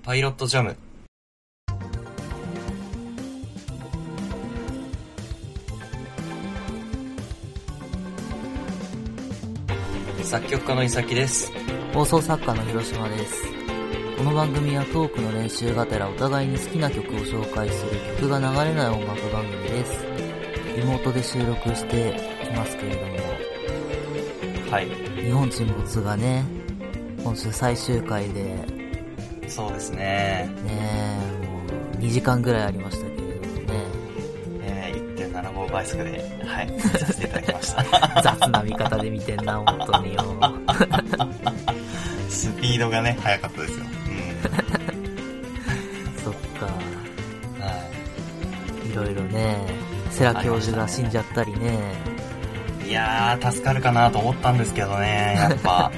パイロットジャム。作曲家の伊崎です。 放送作家の広島です。この番組はトークの練習がてらお互いに好きな曲を紹介する曲が流れない音楽番組です。リモートで収録していますけれども、 はい。 日本沈没がね、今週最終回で、 そうですね。 ねえ、もう2時間ぐらいありましたけれどもね。 1.75 倍速で、はい、見させていただきました。 雑な見方で見てんな、本当によ。 スピードがね、速かったですよ。 そっか。 はい。 いろいろね、世良教授が死んじゃったりね。 いやー、助かるかなと思ったんですけどね、やっぱ。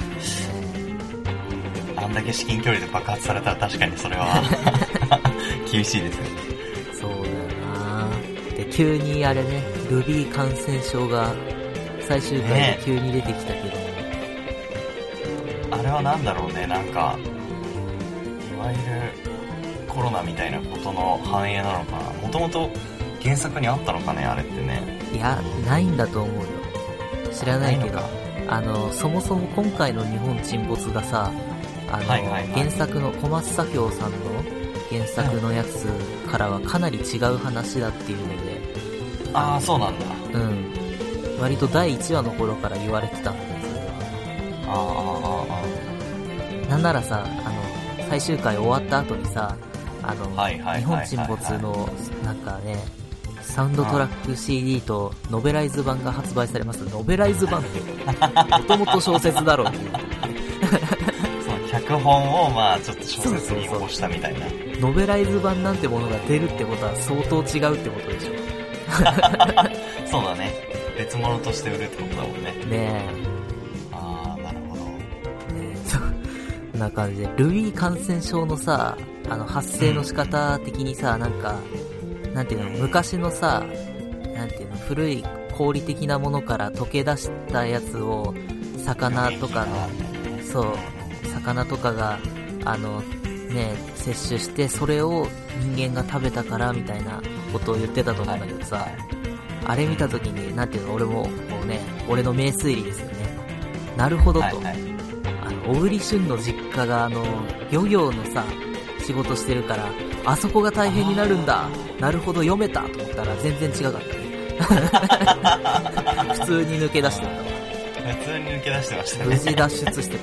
あんだけ至近距離で爆発されたら確かにそれは厳しいですよね。 そうだよな。で、急にあれね、ルビー感染症が最終回で急に出てきたけども、 あれはなんだろうね、なんかいわゆるコロナみたいなことの反映なのかな。もともと原作にあったのかね、あれってね。 いや、ないんだと思うよ。知らないけど、そもそも今回の日本沈没がさ、原作の小松左京さんの原作のやつからはかなり違う話だっていうので、 ああ、そうなんだ。 うん。割と第1話の頃から言われてたんだね、それは。なんならさ、最終回終わった後にさ、日本沈没の、なんかね、サウンドトラック CD とノベライズ版が発売されます。ノベライズ版って、もともと小説だろうっていう。 脚本をまあちょっと小説に起こしたみたいな。 ノベライズ版なんてものが出るってことは相当違うってことでしょ。 そうだね。別物として売るってことだもんね。 ねえ。 ああ、なるほど。 ねえ、そんな感じで、ルビー感染症のさ、発生の仕方的にさ、なんか、なんていうの、昔のさ、なんていうの、古い氷的なものから溶け出したやつを、魚とかの、そう、魚とかが摂取して、それを人間が食べたからみたいなことを言ってたと思うんだけどさ、あれ見たときに、なんていうの、俺もこうね、俺の名推理ですよね。なるほどと、小栗旬の実家が漁業のさ仕事してるから、あそこが大変になるんだ、なるほど読めたと思ったら全然違かったね。普通に抜け出してたわ。 普通に抜け出してましたね。 無事脱出してた。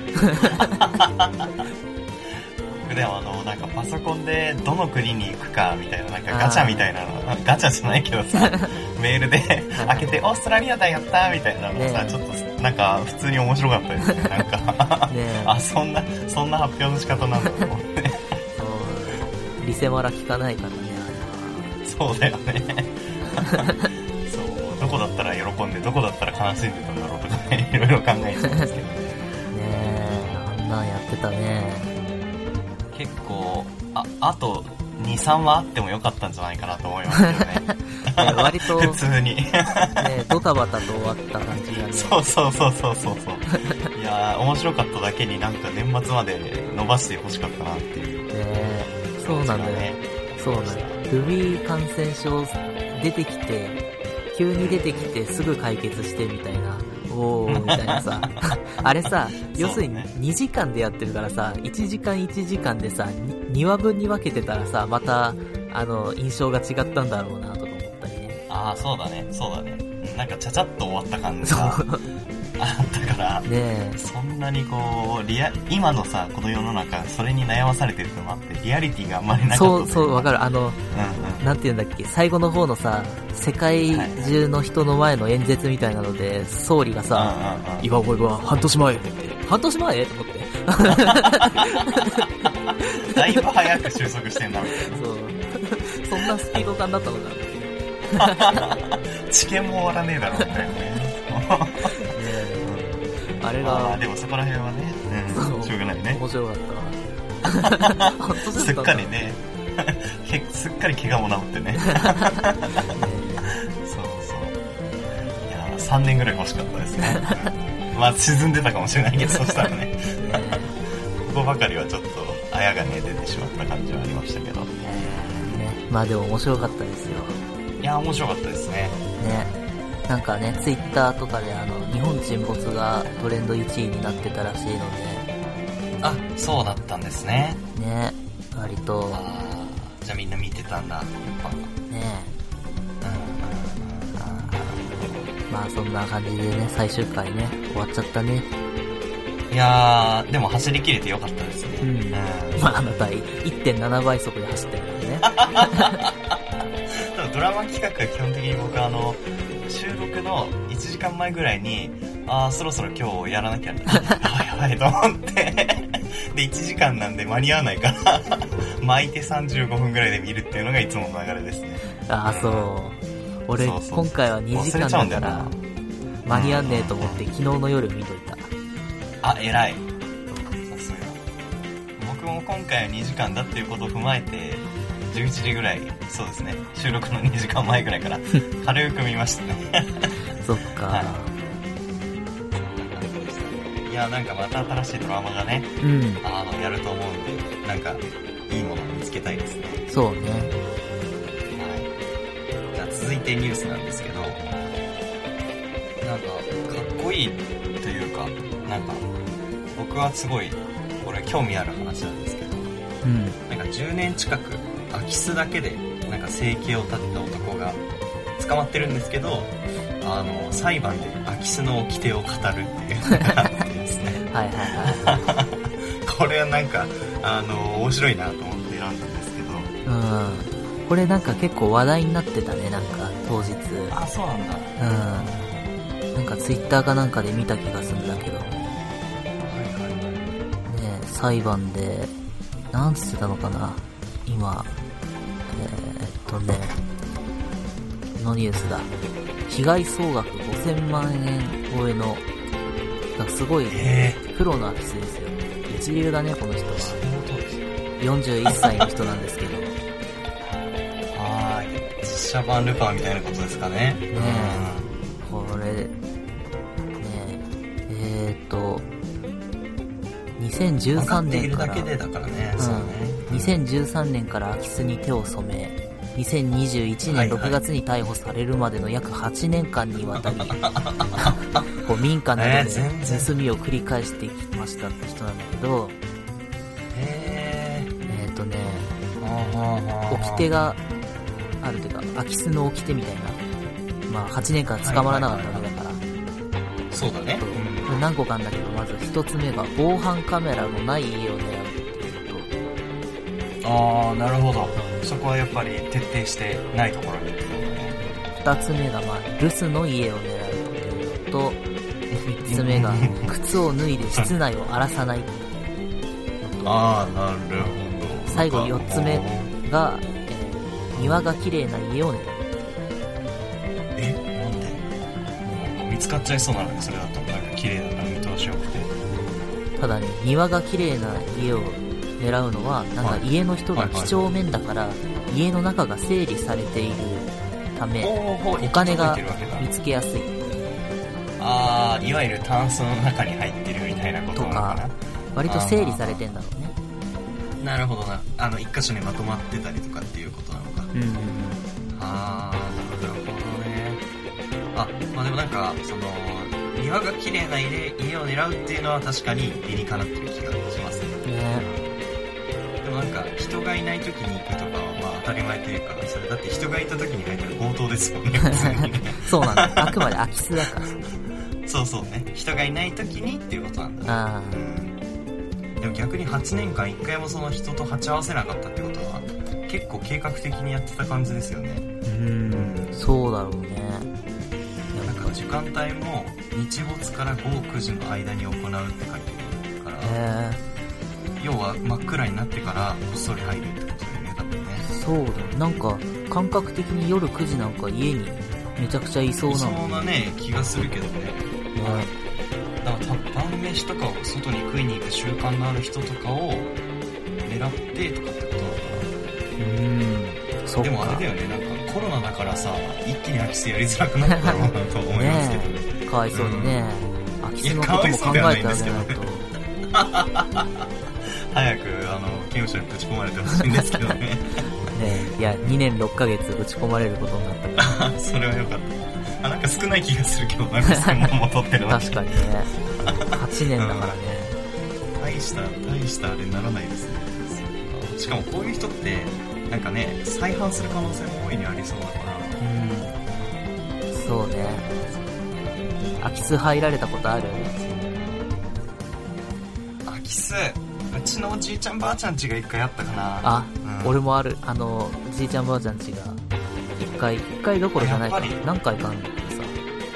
僕でもなんかパソコンでどの国に行くかみたいな、なんかガチャみたいなの、ガチャじゃないけどさ、メールで開けてオーストラリアだやったみたいなのさ、ちょっとなんか普通に面白かったですね。なんかあ、そんな発表の仕方なんだと思って。 リセマラ聞かないからね、 あれは。そうだよね。そう、どこだったら喜んでどこだったら悲しんでたんだろうとかね、いろいろ考えてたんですけどね。 あんなんやってたね。 結構あと 2,3 話あってもよかったんじゃないかなと思いますけどね。 割と普通にね、 ドタバタと終わった感じがね。 そういやー、面白かっただけになんか年末まで伸ばしてほしかったなっていうね。そうなんだよね。そうなんだよ。ルビー感染症出てきて、急に出てきてすぐ解決してみたいな、おーみたいなさ。あれさ、要するに2時間でやってるからさ、1時間1時間でさ、2話分に分けてたらさ、また印象が違ったんだろうなとか思ったりね。 ああ、そうだね。なんかちゃちゃっと終わった感じがあったからね。そんなにこう今のさ、この世の中それに悩まされてるのもあって、リアリティがあんまりなかった。 そうわかる。なんていうんだっけ、最後の方のさ、世界中の人の前の演説みたいなので、総理がさ、今思えば半年前って言って、半年前と思って。 だいぶ早く収束してんなみたいな。 そう。そんなスピード感だったのか。 知見も終わらねえだろうみたいなね。 あれが、 でもそこら辺はね、しょうがないね。 面白かったわ。 すっかりね、すっかり怪我も治ってね。そう。いやー、3年ぐらい欲しかったですね。まあ沈んでたかもしれないけど、そしたらね。ここばかりはちょっとあやがね出てしまった感じはありましたけど、 ね、まあでも面白かったですよ。 いや面白かったですね。 ね、なんかね、ツイッターとかで日本沈没がトレンド1位になってたらしいので。 あ、そうだったんですね。 ね、割と。 じゃあみんな見てたんだ、やっぱ。ねまあそんな感じでね、最終回ね、終わっちゃったね。 いやー、でも走り切れてよかったですね。 まああなた 1.7 倍速で走ってるからね。 ドラマ企画は基本的に僕収録の1時間前ぐらいに、そろそろ今日やらなきゃ、やばいと思って、で、1時間なんで間に合わないから、巻いて35分ぐらいで見るっていうのがいつもの流れですね。 そう。俺、今回は2時間だから、間に合わねえと思って昨日の夜見といた。 偉い。さすが。僕も今回は2時間だっていうことを踏まえて、11時ぐらい、そうですね、収録の2時間前ぐらいから軽く見ましたね。 そっか、はい、 いや、なんかまた新しいドラマがね、やると思うんで、なんかいいものを見つけたいですね。 そうね。はい。 じゃあ続いてニュースなんですけど、なんかかっこいいというか、なんか僕はすごいこれ興味ある話なんですけど、なんか10年近く空き巣だけでなんか生計を立てた男が捕まってるんですけど、裁判で空き巣の掟を語るっていうのがあってですね。 はいはいはい。 これはなんか面白いなと思って選んだんですけど。 これなんか結構話題になってたね、なんか当日。 そうなんだ。 なんかツイッターかなんかで見た気がするんだけど。ね、裁判でなんつってたのかな。今のニュースだ。被害総額5000万円超えの、すごい、プロの空き巣ですよ。一流だね、この人は。41歳の人なんですけど。 実写版ルパンみたいなことですかね。 これ、2013年から、2013年から空き巣に手を染め、2021年6月に逮捕されるまでの約8年間にわたり、民家などで盗みを繰り返してきましたって人なんだけど、掟があるというか、空き巣の掟みたいな、まあ8年間捕まらなかったわけだから、 そうだね。 何個かあるんだけど、まず一つ目が防犯カメラのない家を狙うっていうと。なるほど。そこはやっぱり徹底してないところに。 二つ目が留守の家を狙うっていうのと、三つ目が靴を脱いで室内を荒らさない。 なるほど。 最後四つ目が、庭が綺麗な家を狙う。 なんで？見つかっちゃいそうなのね、それだと。なんか綺麗だから見通しよくて。 ただね、庭が綺麗な家を狙うのは、なんか家の人が几帳面だから、家の中が整理されているため、お金が見つけやすい。 いわゆるタンスの中に入ってるみたいなことなのかな。 とか、割と整理されてんだろうね。 なるほどな。一箇所にまとまってたりとかっていうことなのか。なるほどね。でもなんか、庭が綺麗な家を狙うっていうのは確かに理にかなってる気がしますね。でもなんか、人がいない時に行くとかは当たり前というか、それだって人がいた時に入ったら強盗ですもんね、普通にね。 そうなんだ。あくまで空き巣だから。 そうね。人がいない時にっていうことなんだね。でも逆に8年間1回もその人と鉢合わせなかったってことは、結構計画的にやってた感じですよね。 そうだろうね。 なんか時間帯も日没から午後9時の間に行うって書いてるから、要は真っ暗になってからこっそり入るってことだよね、多分ね。 そうだ。なんか感覚的に夜9時なんか家にめちゃくちゃいそうな。 いそうなね、気がするけどね。だから晩飯とかを外に食いに行く習慣のある人とかを狙ってとかってことなのかな。 そうか。 でもあれだよね、なんかコロナだからさ、一気に空き巣やりづらくなっただろうなと思いますけどね。 かわいそうにね。空き巣のことも考えてあげないと。 早く、刑務所にぶち込まれてほしいんですけどね。 ねえ、いや、2年6ヶ月ぶち込まれることになったから。 それはよかった。なんか少ない気がするけど、なんか専門も取ってるのに。 確かにね。8年だからね。 大したあれにならないですね。しかもこういう人って、なんかね、再犯する可能性も大いにありそうだから。 そうね。空き巣入られたことある？ 空き巣、うちのおじいちゃんばあちゃん家が一回あったかな。 あ、俺もある。じいちゃんばあちゃん家が一回どころじゃないか何回かあるんだけどさ。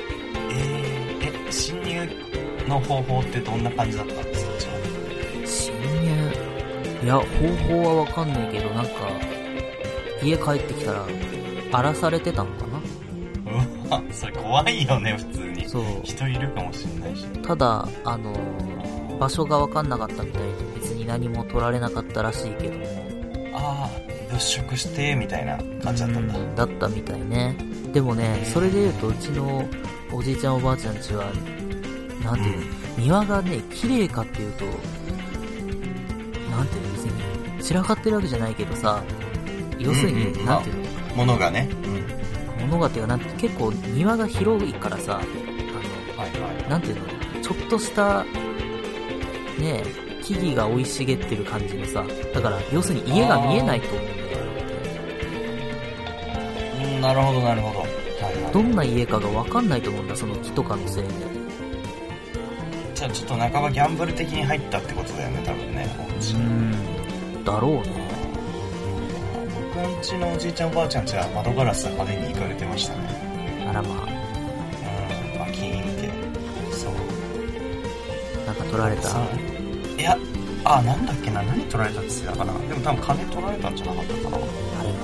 侵入の方法ってどんな感じだったんですか？ 侵入、いや、方法はわかんないけど、なんか家帰ってきたら荒らされてたのかな。 うわ、それ怖いよね、普通に。 そう、 人いるかもしれないし。 ただ場所がわかんなかったみたいで、別に何も取られなかったらしいけども。 ああ、物色してみたいな感じだったんだ。 だったみたいね。でもね、それで言うとうちのおじいちゃんおばあちゃん家はなんていうの、庭がね綺麗かっていうと、なんていうの、別に散らかってるわけじゃないけどさ、要するに、なんていうの、 物がね、 物がっていうか、なんて結構庭が広いからさ、なんていうの、ちょっとしたね木々が生い茂ってる感じのさ、だから要するに家が見えないと思うんだよ。 なるほどなるほど。 どんな家かが分かんないと思うんだ、その木とかのせいで。 じゃあちょっと半ばギャンブル的に入ったってことだよね、多分ね。 だろうね。 僕んちのおじいちゃんおばあちゃんちは窓ガラス派手に行かれてましたね。 あらまあ。 バキーンって。そう。 なんか取られた？ いや、なんだっけな、何取られたって言ってたかな。でも多分金取られたんじゃなかったかな。あれか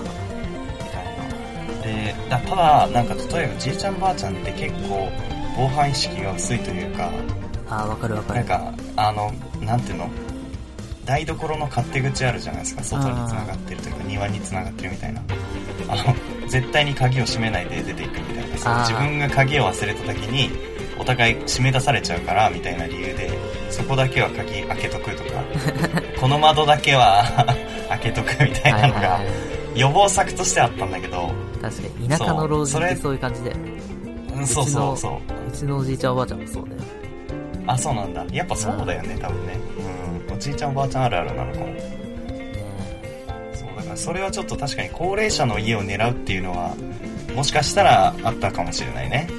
な。で、ただ、なんか例えばじいちゃんばあちゃんって結構防犯意識が薄いというか、 わかるわかる。 なんか、なんていうの、台所の勝手口あるじゃないですか。外に繋がってるというか、庭に繋がってるみたいな。絶対に鍵を閉めないで出ていくみたいな。自分が鍵を忘れた時に、お互い締め出されちゃうから、みたいな理由で、そこだけは鍵開けとくとか、この窓だけは開けとくみたいなのが、予防策としてあったんだけど。 確かに、田舎の老人ってそういう感じで。 そう。うちのおじいちゃんおばあちゃんもそうだよ。 あ、そうなんだ。やっぱそうだよね、多分ね。おじいちゃんおばあちゃんあるあるなのかも。そうだから、それはちょっと確かに高齢者の家を狙うっていうのは、もしかしたらあったかもしれないね。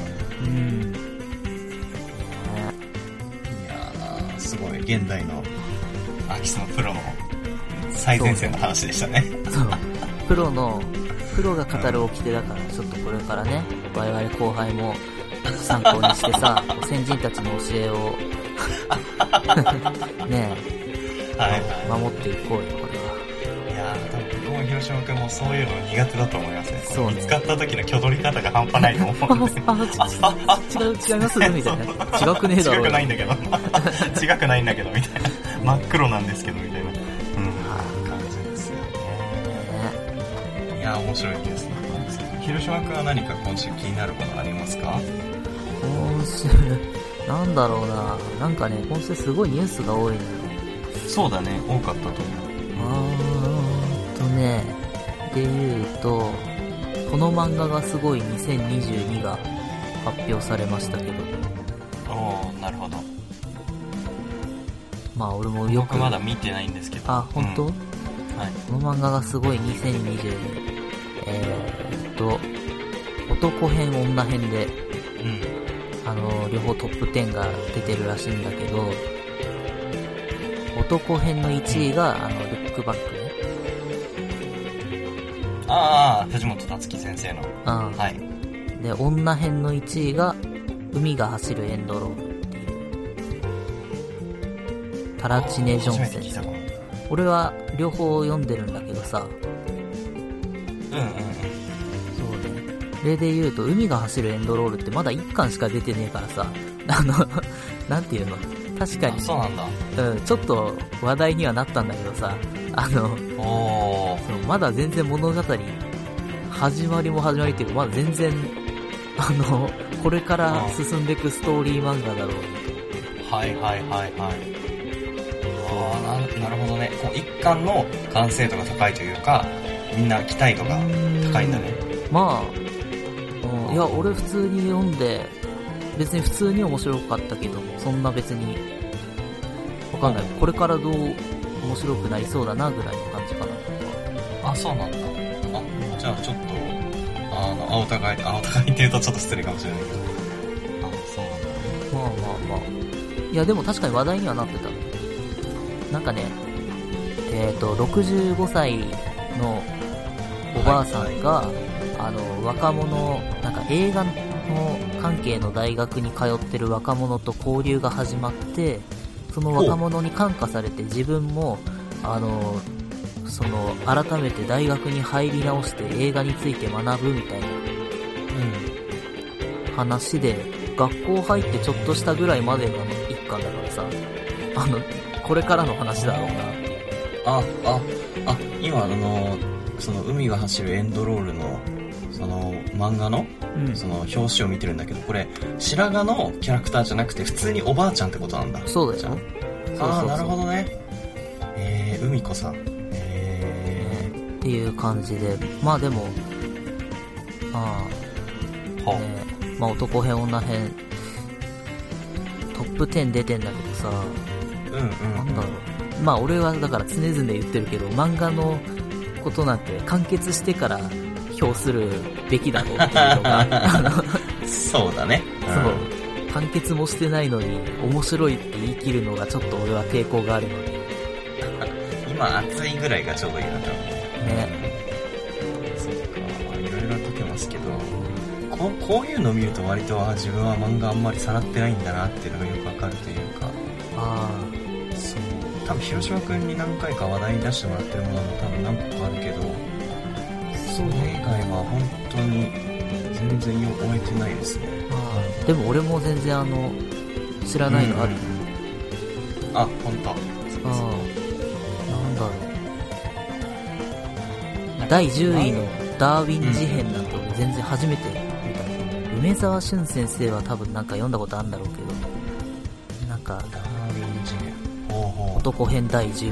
いやー、すごい現代の空き巣のプロの最前線の話でしたね。 そう。プロが語る掟だから、ちょっとこれからね、我々後輩も参考にしてさ、先人たちの教えをねえ、守っていこうよ、これは。 いやー、多分僕も広島君もそういうの苦手だと思いますね。 そうね。 見つかった時の挙取り方が半端ないと思うんで。違いますみたいな。違くねえだろ。 違くないんだけど。違くないんだけど、みたいな。真っ黒なんですけど、みたいな。感じですよね。いやー、面白いですね。広島君は何か今週気になることありますか？ 今週、なんだろうな。なんかね、今週すごいニュースが多いのよ。 そうだね、多かったと思う。 で言うと、この漫画がすごい2022が発表されましたけど。 なるほど。 まあ俺もよく。 僕まだ見てないんですけど。 本当？はい。この漫画がすごい2022。男編女編で、両方トップ10が出てるらしいんだけど、男編の1位が、ルックバックね。 藤本達樹先生の。はい。 で、女編の1位が、海が走るエンドロールっていう。タラチネ・ジョン先生。俺は両方読んでるんだけどさ。そうね。例で言うと、海が走るエンドロールってまだ1巻しか出てねえからさ、なんていうの、確かに。 そうなんだ。 ちょっと話題にはなったんだけどさ、そうまだ全然物語、始まりっていうか、まだ全然、これから進んでいくストーリー漫画だろうと。 なるほどね。こう一巻の完成度が高いというか、みんな期待度が高いんだね。 まあ、いや、俺普通に読んで、別に普通に面白かったけども、そんな別に、わかんない。これからどう面白くなりそうだなぐらいの感じかな。 あ、そうなんだ。あ、じゃあちょっと、お互いって言うとちょっと失礼かもしれないけど。あ、そうなんだ。 まあまあまあ。いや、でも確かに話題にはなってた。なんかね、65歳のおばあさんが、若者、なんか映画の関係の大学に通ってる若者と交流が始まって、その若者に感化されて自分も、改めて大学に入り直して映画について学ぶみたいな、話で、学校入ってちょっとしたぐらいまでが一巻だからさ、これからの話だろうなっていう。 今その海が走るエンドロールの、その漫画の、その表紙を見てるんだけど、これ、白髪のキャラクターじゃなくて普通におばあちゃんってことなんだ。 そうだよ。 ああ、なるほどね。海子さん。 っていう感じで、まあでも、まあ男編女編、トップ10出てんだけどさ、なんだろう。まあ俺はだから常々言ってるけど、漫画のことなんて完結してから評するべきだろうっていうのが、 そうだね。 そう。完結もしてないのに面白いって言い切るのがちょっと俺は抵抗があるので。 今暑いぐらいがちょうどいいなと思う。ね。そっか、いろいろ解けますけど、こういうのを見ると割と自分は漫画あんまりさらってないんだなっていうのがよくわかるというか。そう。多分広島くんに何回か話題に出してもらってるものも多分何個かあるけど、それ以外は本当に全然終えてないですね。 でも俺も全然知らないのある。 あ、本当。 なんだろう。第10位のダーウィン事変なんて俺全然初めて見た。梅沢俊先生は多分なんか読んだことあるんだろうけど、なんかダーウィン事変、 男編第10位。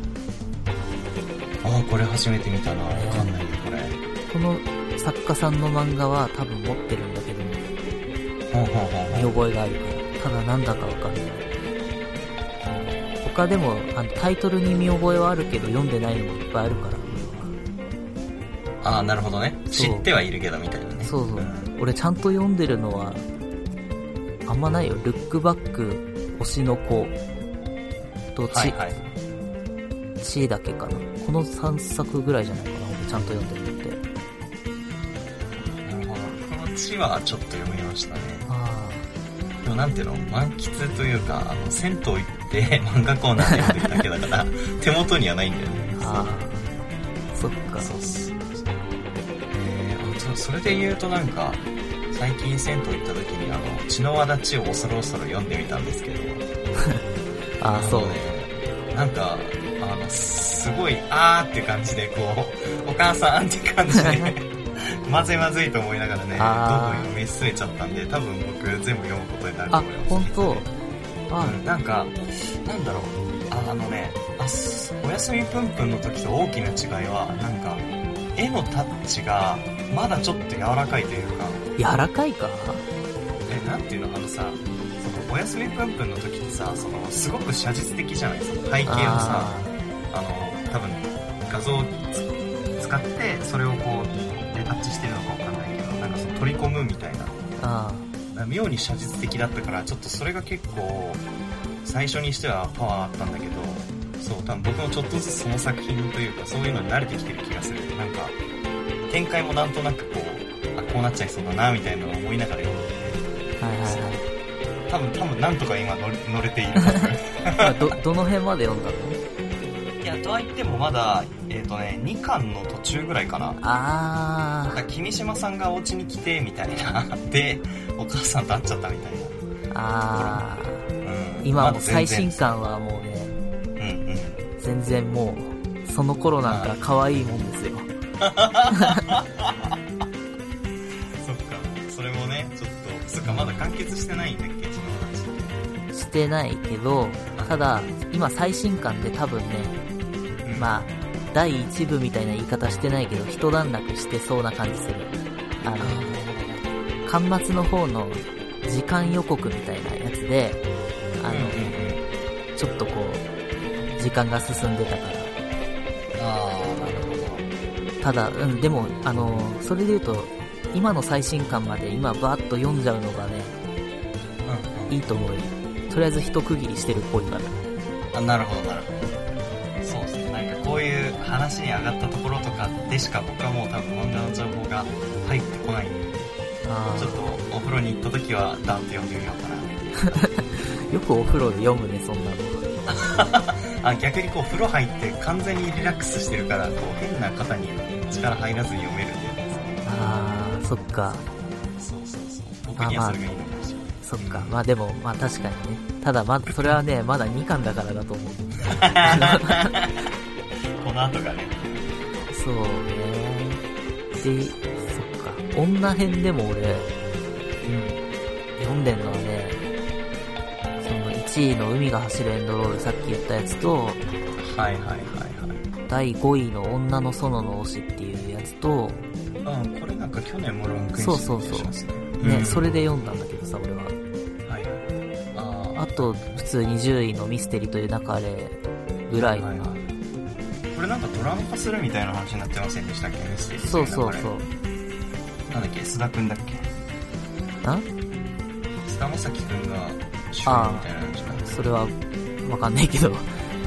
これ初めて見たな。わかんないよこれ。 この作家さんの漫画は多分持ってるんだけど、見覚えがあるから。ただなんだかわかんない。他でもタイトルに見覚えはあるけど読んでないのもいっぱいあるから。 なるほどね。知ってはいるけどみたいなね。 そうそう。俺ちゃんと読んでるのはあんまないよ。ルックバック、推しの子と地だけかな。この3作ぐらいじゃないかな。俺ちゃんと読んでるのって。 なるほど。この地はちょっと読みましたね。でもなんていうの、満喫というか、銭湯行って漫画コーナーで読んでるだけだから手元にはないんだよね。 そっか。 そうっす。それで言うとなんか最近銭湯行った時に血の輪立ちを恐る恐る読んでみたんですけどそうね。 なんかすごいっていう感じでこうお母さんって感じでまずいまずいと思いながらね、どんどん読み進めちゃったんで多分僕全部読むことになると思います。 本当？ なんかなんだろう、おやすみぷんぷんの時と大きな違いはなんか絵のタッチがまだちょっと柔らかいというか。 柔らかいか？ なんていうの、おやすみぷんぷんの時ってさ、すごく写実的じゃない、その背景をさ、多分画像を使ってそれをこうレタッチしてるのかわかんないけど、なんか取り込むみたいな。妙に写実的だったから、ちょっとそれが結構最初にしてはパワーあったんだけど、そう、多分僕もちょっとずつその作品というかそういうのに慣れてきてる気がする。なんか展開もなんとなくこうなっちゃいそうだなみたいなのを思いながら読んでて、多分なんとか今乗れているどの辺まで読んだの？ いや、とは言ってもまだ2巻の途中ぐらいかな。君島さんがお家に来てみたいなでお母さんと会っちゃったみたいな。 今も最新巻はもうね、全然もうその頃なんか可愛いもんですよ。 そっか、それもね、ちょっと、そっか、まだ完結してないんだっけ、その話。 してないけど、 ただ、今最新刊で多分ね、まあ、第1部みたいな言い方してないけど、一段落してそうな感じする。巻末の方の時間予告みたいなやつで、ちょっとこう、時間が進んでたから。 なるほど。 ただ、でも、それで言うと、今の最新刊まで今バーッと読んじゃうのがね、いいと思うよ。とりあえず一区切りしてるっぽいから。 なるほどなるほど。そうですね。なんかこういう話に上がったところとかでしか僕はもう多分漫画の情報が入ってこないんで、ちょっとお風呂に行った時はダンと読んでみようかな。 よくお風呂で読むね、そんなの。 逆にこう風呂入って完全にリラックスしてるから、こう変な肩に力入らずに読めるんで。 そっか。 そう。僕にはそれがいいのかもしれない。 そっか。まあでも、まあ確かにね。ただそれはね、まだ2巻だからだと思う。 この後がね。 そうね。で、そっか。女編でも俺、読んでんのはね、その1位の海が走るエンドロール、さっき言ったやつと、第5位の女の園の推しっていうやつと、 これなんか去年もロンクインしてる気がしますね。 ね、それで読んだんだけどさ、俺は。あと、普通に10位のミステリという流れぐらいかな。 これなんかドラマ化するみたいな話になってませんでしたっけ、ミステリという流れ。そう。なんだっけ、須田くんだっけ。須田将暉くんが主演みたいな話なんです。 それは、わかんないけど。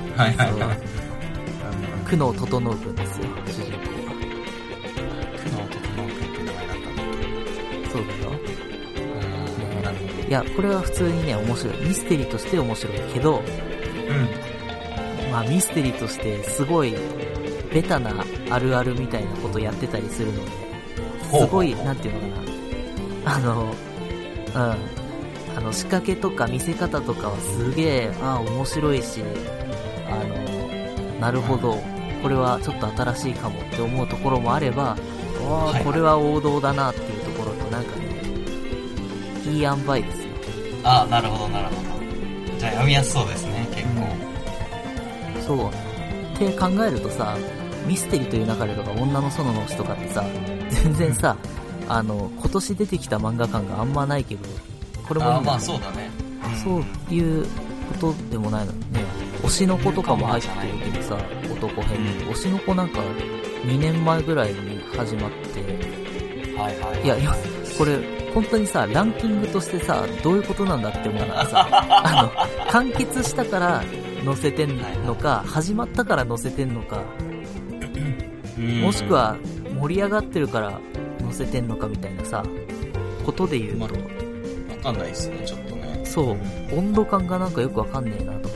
久能整くんですよ、主人公が。 久能整くんって名前だったんだっけ。 そうだよ。いや、これは普通にね、面白い。ミステリーとして面白いけど、まあミステリーとしてすごい、ベタなあるあるみたいなことやってたりするので、すごい、なんていうのかな。仕掛けとか見せ方とかはすげえ、面白いし、なるほど。これはちょっと新しいかもって思うところもあれば、これは王道だなっていうところと、なんかね、いい塩梅ですよ。 なるほど。じゃあ読みやすそうですね、結構。 そう。って考えるとさ、ミステリという流れとか女の園の推しとかってさ、全然さ、今年出てきた漫画感があんまないけど、これもいいんだけど、 そうだね。 そういうことでもないのね。推しの子とかも入ってるけどさ、男編に。推しの子なんか2年前ぐらいに始まって、いや、これ、本当にさ、ランキングとしてさ、どういうことなんだって思うのがさ、完結したから載せてんのか、始まったから載せてんのか、もしくは盛り上がってるから載せてんのかみたいなさ、ことで言うと、 わかんないっすね、ちょっとね。 そう、温度感がなんかよくわかんねえなとか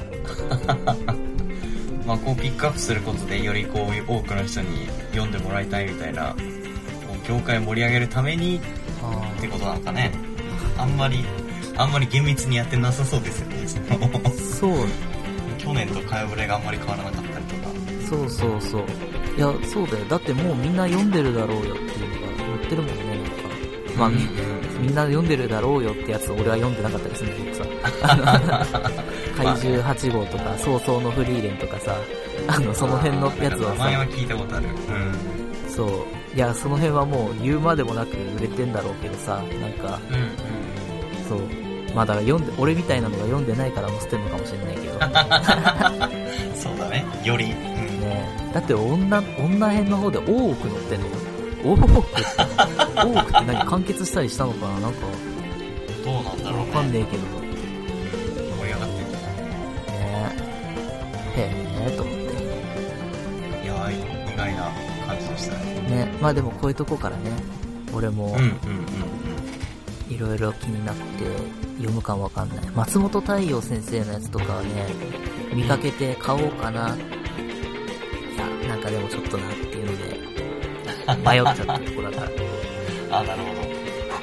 まあこうピックアップすることでよりこう多くの人に読んでもらいたいみたいな、業界を盛り上げるためにってことなのかね。あんまり厳密にやってなさそうですよね。 そう。 去年と買いぶれがあんまり変わらなかったりとか。 そう。いや、そうだよ。だってもうみんな読んでるだろうよっていうのが載ってるもんね、なんか。まあ、みんな読んでるだろうよってやつを俺は読んでなかったりするんだけどさ。怪獣8号とか、早々のフリーレンとかさ、その辺のやつはさ。 名前は聞いたことある。 そう。いや、その辺はもう言うまでもなく売れてんだろうけどさ、なんか、そう。まあだから俺みたいなのが読んでないから載せてるのかもしれないけど。 そうだね。より。 ね、だって女編の方で大奥載ってんのよ。大奥って何完結したりしたのかな、なんか。 どうなんだろうね。 わかんねえけど。 盛り上がってんじゃないねへえと思って。 いやー、意外な感じでしたね。 ね、まあでもこういうとこからね、俺も、いろいろ気になって読むかわかんない。松本太陽先生のやつとかはね、見かけて買おうかな。いや、なんかでもちょっとなっていうので、迷っちゃったところだから。 なるほど。こ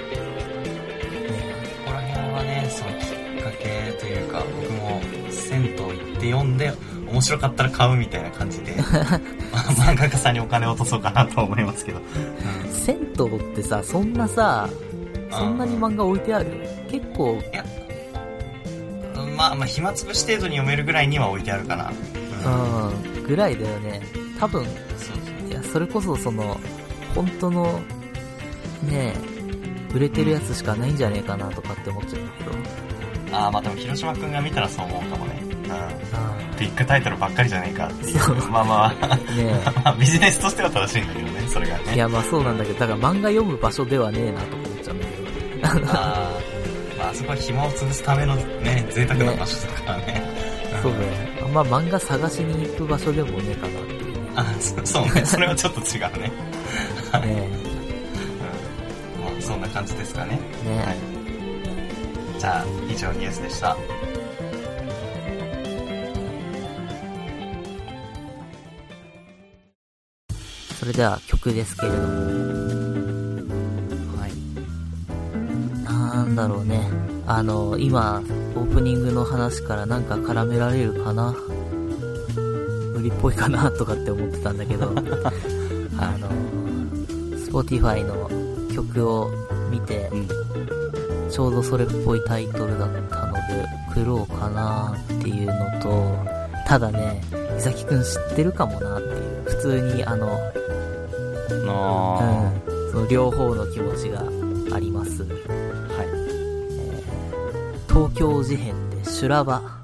こら辺はね、そのきっかけというか、僕も銭湯行って読んで、面白かったら買うみたいな感じで、漫画家さんにお金を落とそうかなと思いますけど。 銭湯ってさ、そんなに漫画置いてある？結構。 いや、 まあ暇つぶし程度に読めるぐらいには置いてあるかな。 ぐらいだよね。多分、いや、それこそ本当の、ね売れてるやつしかないんじゃねえかなとかって思っちゃうんだけど。 まあでも広島くんが見たらそう思うかもね。ビッグタイトルばっかりじゃねえかっていう。まあビジネスとしては正しいんだけどね、それがね。 いや、まあそうなんだけど、だから漫画読む場所ではねえなと思っちゃうんだけど。 まあそこは暇を潰すためのね、贅沢な場所だからね。 そうだよね。まあ漫画探しに行く場所でもねえかなっていうね。 そうね、それはちょっと違うね。まあそんな感じですかね。はい。じゃあ、以上ニュースでした。 それでは曲ですけれども。はい。なんだろうね。今、オープニングの話からなんか絡められるかな。無理っぽいかなとかって思ってたんだけど、Spotify の曲を見て、ちょうどそれっぽいタイトルだったので、送ろうかなっていうのと、ただね、伊崎くん知ってるかもなっていう、普通にその両方の気持ちがあります。はい。東京事変で修羅場。